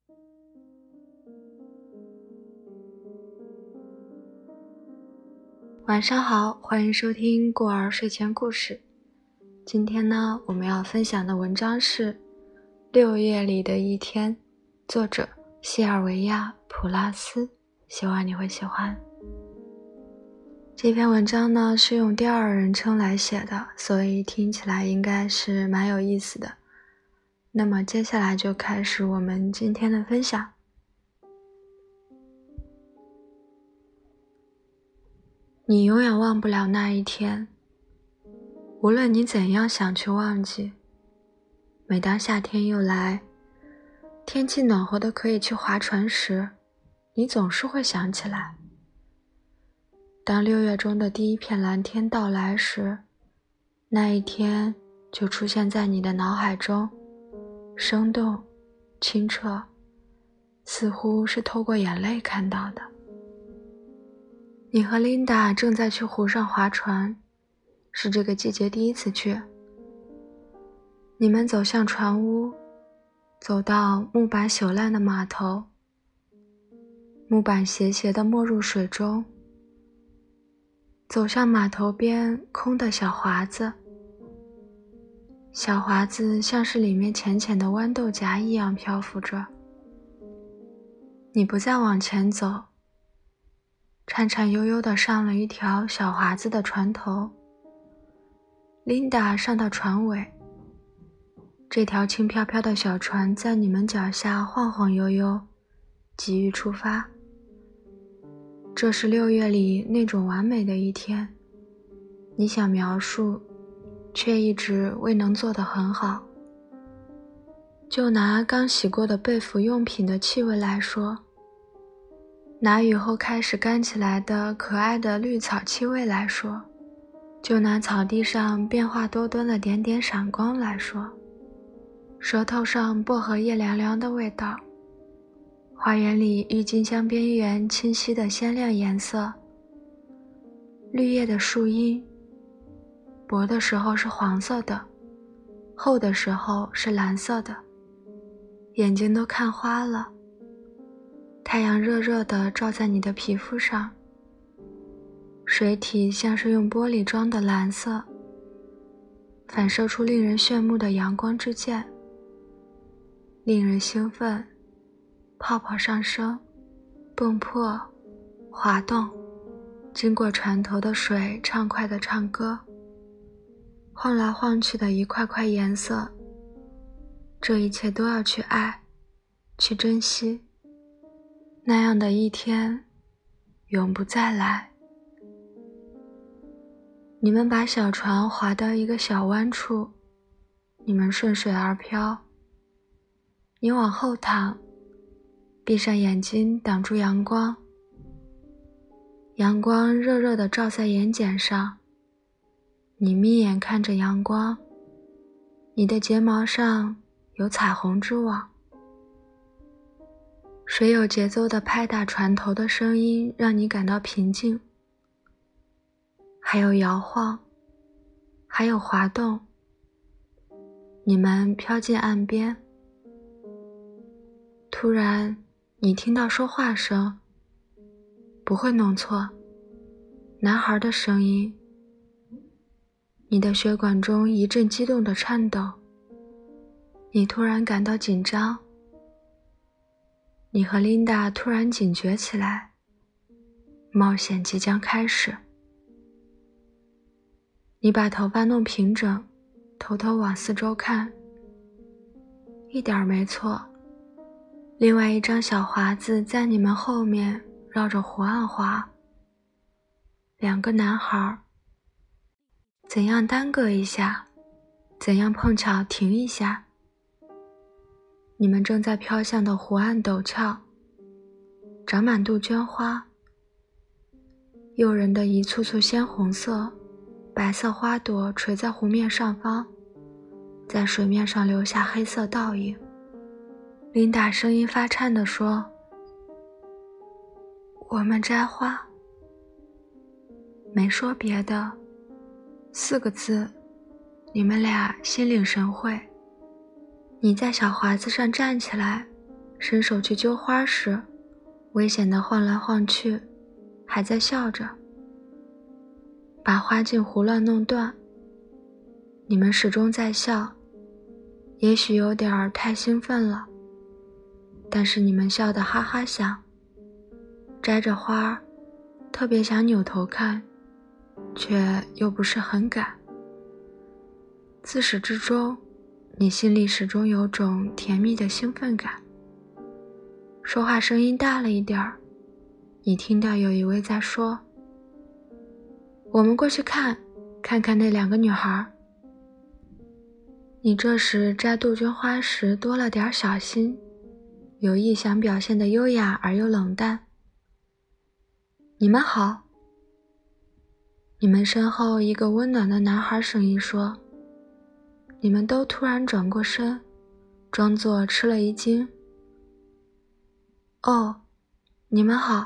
晚上好，欢迎收听过儿睡前故事。今天呢，我们要分享的文章是《6月里的一天》，作者西尔维亚·普拉斯，希望你会喜欢。这篇文章呢是用第二人称来写的，所以听起来应该是蛮有意思的。那么接下来就开始我们今天的分享。你永远忘不了那一天，无论你怎样想去忘记。每当夏天又来，天气暖和的可以去划船时，你总是会想起来。当6月中的第一片蓝天到来时，那一天就出现在你的脑海中，生动、清澈，似乎是透过眼泪看到的。你和琳达正在去湖上划船，是这个季节第一次去。你们走向船屋，走到木板朽烂的码头，木板斜斜地没入水中，走向码头边空的小华子。小华子像是里面浅浅的豌豆荚一样漂浮着。你不再往前走，颤颤悠悠地上了一条小华子的船头。琳达上到船尾，这条轻飘飘的小船在你们脚下晃晃悠悠，急于出发。这是6月里那种完美的一天，你想描述，却一直未能做得很好。就拿刚洗过的被服用品的气味来说，拿雨后开始干起来的可爱的绿草气味来说，就拿草地上变化多端的点点闪光来说，舌头上薄荷叶凉凉的味道，花园里郁金香边缘清晰的鲜亮颜色，绿叶的树荫，薄的时候是黄色的，厚的时候是蓝色的，眼睛都看花了。太阳热热地照在你的皮肤上，水体像是用玻璃装的蓝色，反射出令人炫目的阳光之箭，令人兴奋，泡泡上升，迸破，滑动，经过船头的水畅快地唱歌，晃来晃去的一块块颜色，这一切都要去爱，去珍惜。那样的一天永不再来。你们把小船划到一个小湾处，你们顺水而漂。你往后躺，闭上眼睛挡住阳光，阳光热热地照在眼睑上，你眯眼看着阳光，你的睫毛上有彩虹之网。水有节奏地拍打船头的声音让你感到平静，还有摇晃，还有滑动。你们飘进岸边，突然你听到说话声，不会弄错，男孩的声音。你的血管中一阵激动的颤抖，你突然感到紧张。你和琳达突然警觉起来，冒险即将开始。你把头发弄平整，偷偷往四周看，一点没错，另外一张小华子在你们后面绕着湖岸滑。2个男孩，怎样耽搁一下，怎样碰巧停一下。你们正在飘向的湖岸陡峭，长满杜鹃花，诱人的一簇簇鲜红色、白色花朵垂在湖面上方，在水面上留下黑色倒影。琳达声音发颤地说：“我们摘花。”没说别的，4个字，你们俩心领神会。你在小华子上站起来， 伸手去揪花时，危险地晃来晃去，还在笑着，把花茎胡乱弄断。你们始终在笑，也许有点太兴奋了，但是你们笑得哈哈响，摘着花，特别想扭头看，却又不是很敢。自始至终，你心里始终有种甜蜜的兴奋感。说话声音大了一点儿，你听到有一位在说：“我们过去看看那2个女孩。”你这时摘杜鹃花时多了点小心，有意想表现得优雅而又冷淡。你们好。你们身后一个温暖的男孩声音说。你们都突然转过身，装作吃了一惊。哦，你们好。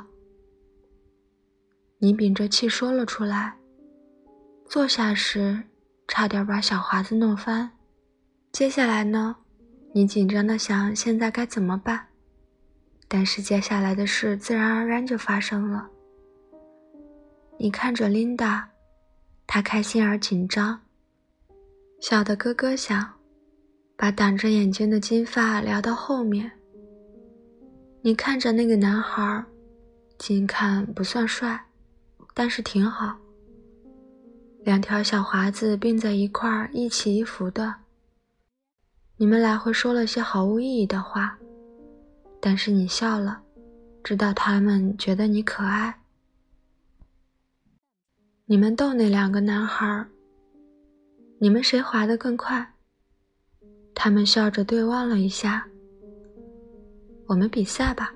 你屏着气说了出来，坐下时差点把小华子弄翻。接下来呢？你紧张地想现在该怎么办，但是接下来的事自然而然就发生了。你看着琳达，她开心而紧张，笑得咯咯响，把挡着眼睛的金发撩到后面。你看着那个男孩，近看不算帅，但是挺好。2条小华子并在一块儿，一起一伏的。你们来回说了些毫无意义的话，但是你笑了，知道他们觉得你可爱。你们逗那2个男孩，你们谁滑得更快？他们笑着对望了一下。我们比赛吧。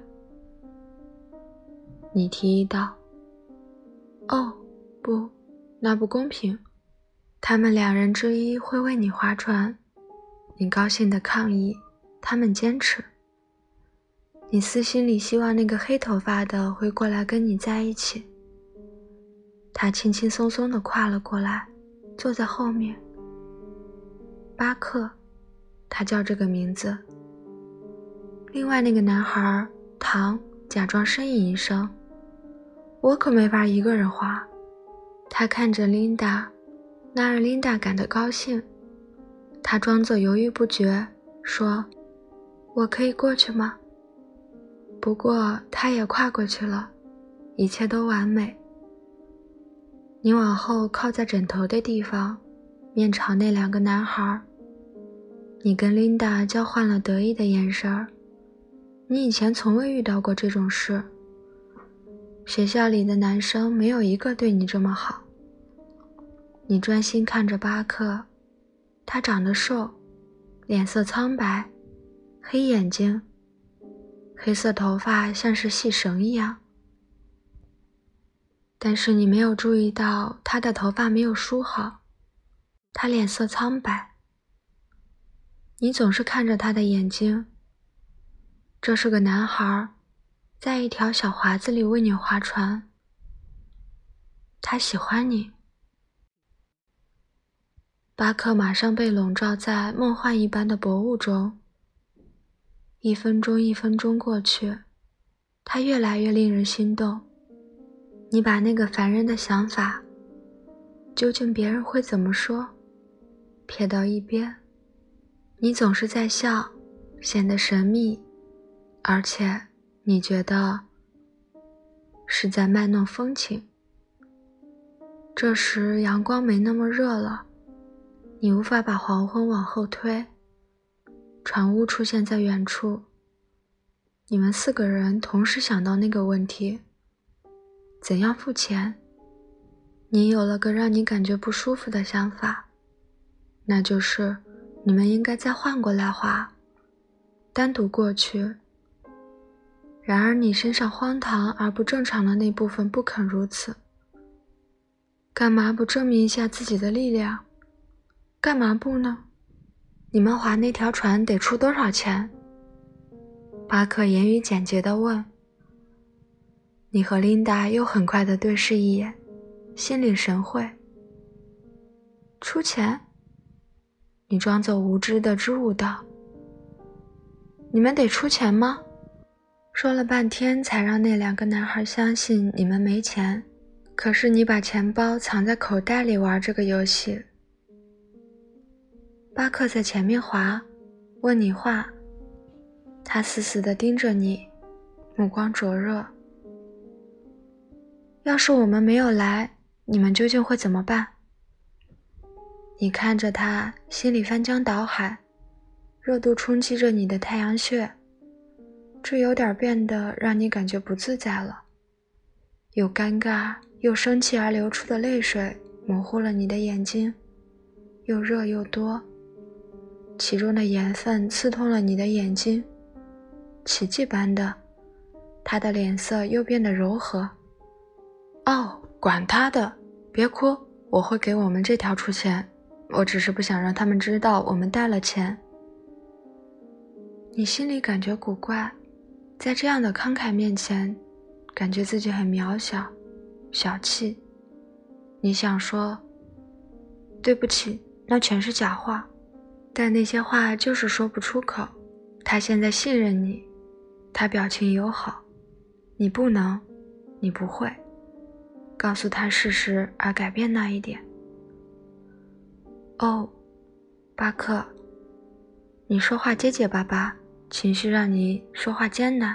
你提议道。哦，不，那不公平。他们2人之一会为你划船。你高兴地抗议，他们坚持。你私心里希望那个黑头发的会过来跟你在一起。他轻轻松松地跨了过来，坐在后面。巴克，他叫这个名字。另外那个男孩唐假装呻吟一声，我可没法一个人滑。他看着琳达，那让琳达感到高兴。他装作犹豫不决，说：“我可以过去吗？”不过他也跨过去了，一切都完美。你往后靠在枕头的地方，面朝那2个男孩。你跟琳达交换了得意的眼神。你以前从未遇到过这种事。学校里的男生没有一个对你这么好。你专心看着巴克，他长得瘦，脸色苍白，黑眼睛，黑色头发像是细绳一样。但是你没有注意到他的头发没有梳好，他脸色苍白。你总是看着他的眼睛。这是个男孩，在一条小华子里为你划船。他喜欢你。巴克马上被笼罩在梦幻一般的薄雾中。1分钟1分钟过去，他越来越令人心动。你把那个烦人的想法，究竟别人会怎么说，撇到一边。你总是在笑，显得神秘，而且你觉得是在卖弄风情。这时阳光没那么热了，你无法把黄昏往后推。船屋出现在远处，你们4个人同时想到那个问题：怎样付钱？你有了个让你感觉不舒服的想法，那就是你们应该再换过来划，单独过去。然而你身上荒唐而不正常的那部分不肯如此。干嘛不证明一下自己的力量？干嘛不呢？你们划那条船得出多少钱？巴克言语简洁地问。你和琳达又很快地对视一眼，心领神会。出钱？你装作无知地支吾道。你们得出钱吗？ 说了半天才让那2个男孩相信你们没钱，可是你把钱包藏在口袋里玩这个游戏。巴克在前面滑，问你话，他死死地盯着你，目光灼热。要是我们没有来，你们究竟会怎么办？你看着他，心里翻江倒海，热度冲击着你的太阳穴，这有点变得让你感觉不自在了。又尴尬又生气而流出的泪水模糊了你的眼睛，又热又多，其中的盐分刺痛了你的眼睛。奇迹般的，他的脸色又变得柔和。哦，管他的，别哭，我会给我们这条出钱，我只是不想让他们知道我们带了钱。你心里感觉古怪，在这样的慷慨面前，感觉自己很渺小，小气。你想说，对不起，那全是假话，但那些话就是说不出口。他现在信任你，他表情友好，你不能，你不会。告诉他事实而改变那一点。哦，巴克，你说话结结巴巴，情绪让你说话艰难。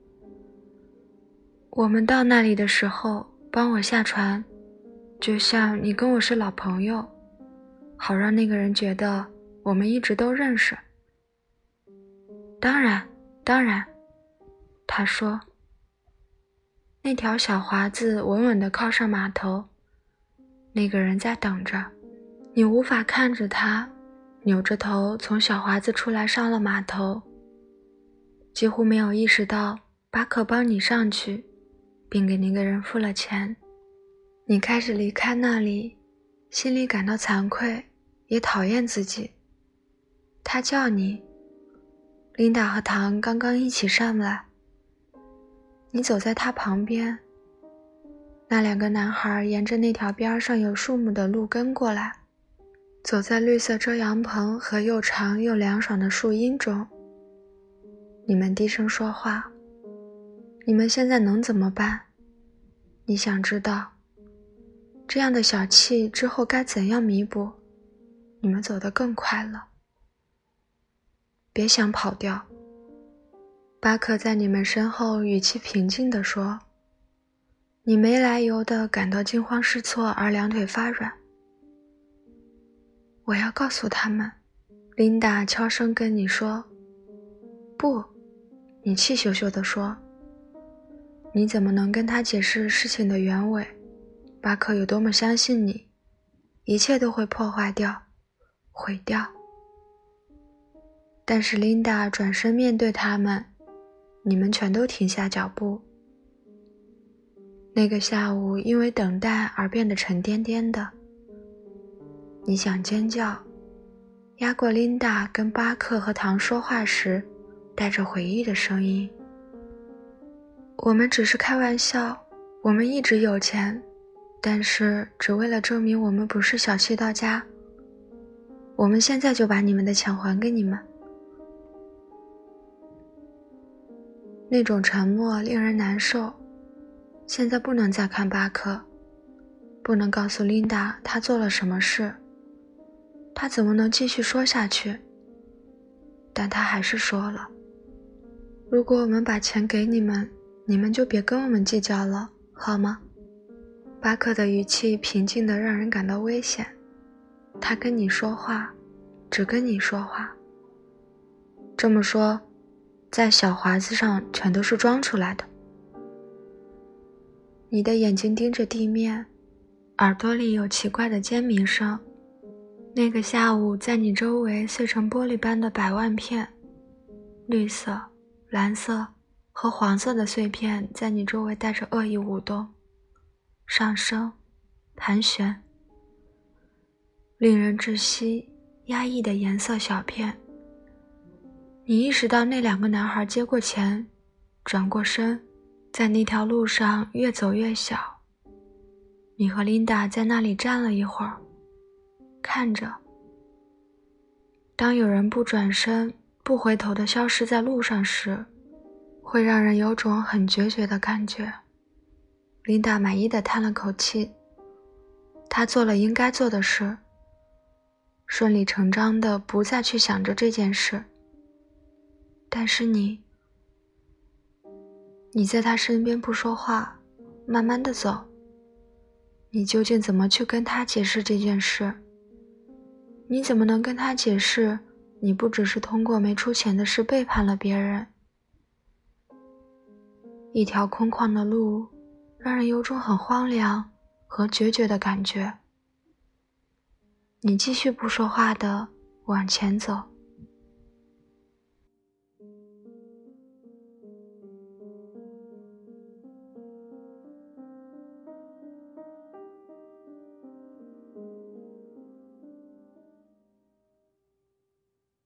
我们到那里的时候，帮我下船，就像你跟我是老朋友，好让那个人觉得我们一直都认识。当然，当然，他说。那条小华子稳稳地靠上码头，那个人在等着。你无法看着他，扭着头从小华子出来上了码头，几乎没有意识到巴克帮你上去，并给那个人付了钱。你开始离开那里，心里感到惭愧，也讨厌自己。他叫你，琳达和唐刚刚一起上来。你走在他旁边，那2个男孩沿着那条边上有树木的路跟过来，走在绿色遮阳棚和又长又凉爽的树荫中。你们低声说话，你们现在能怎么办？你想知道，这样的小气之后该怎样弥补？你们走得更快了。别想跑掉。巴克在你们身后语气平静地说，你没来由地感到惊慌失措而两腿发软。我要告诉他们，琳达悄声跟你说。不，你气咻咻地说。你怎么能跟他解释事情的原委？巴克有多么相信你，一切都会破坏掉，毁掉。但是琳达转身面对他们，你们全都停下脚步。那个下午因为等待而变得沉甸甸的。你想尖叫，压过琳达跟巴克和唐说话时带着回忆的声音。我们只是开玩笑，我们一直有钱，但是只为了证明我们不是小气到家。我们现在就把你们的钱还给你们。那种沉默令人难受。现在不能再看巴克，不能告诉琳达他做了什么事，他怎么能继续说下去？但他还是说了，如果我们把钱给你们，你们就别跟我们计较了，好吗？巴克的语气平静得让人感到危险。他跟你说话，只跟你说话。这么说，在小华子上全都是装出来的。你的眼睛盯着地面，耳朵里有奇怪的尖鸣声。那个下午在你周围碎成玻璃般的百万片，绿色、蓝色和黄色的碎片在你周围带着恶意舞动，上升、盘旋，令人窒息、压抑的颜色小片。你意识到那2个男孩接过钱，转过身，在那条路上越走越小。你和琳达在那里站了一会儿，看着。当有人不转身、不回头地消失在路上时， 会让人有种很决绝的感觉。琳达满意地叹了口气，她做了应该做的事，顺理成章地不再去想着这件事。但是你在他身边不说话，慢慢地走，你究竟怎么去跟他解释这件事？你怎么能跟他解释你不只是通过没出钱的事背叛了别人？一条空旷的路让人有种很荒凉和决绝的感觉。你继续不说话地往前走。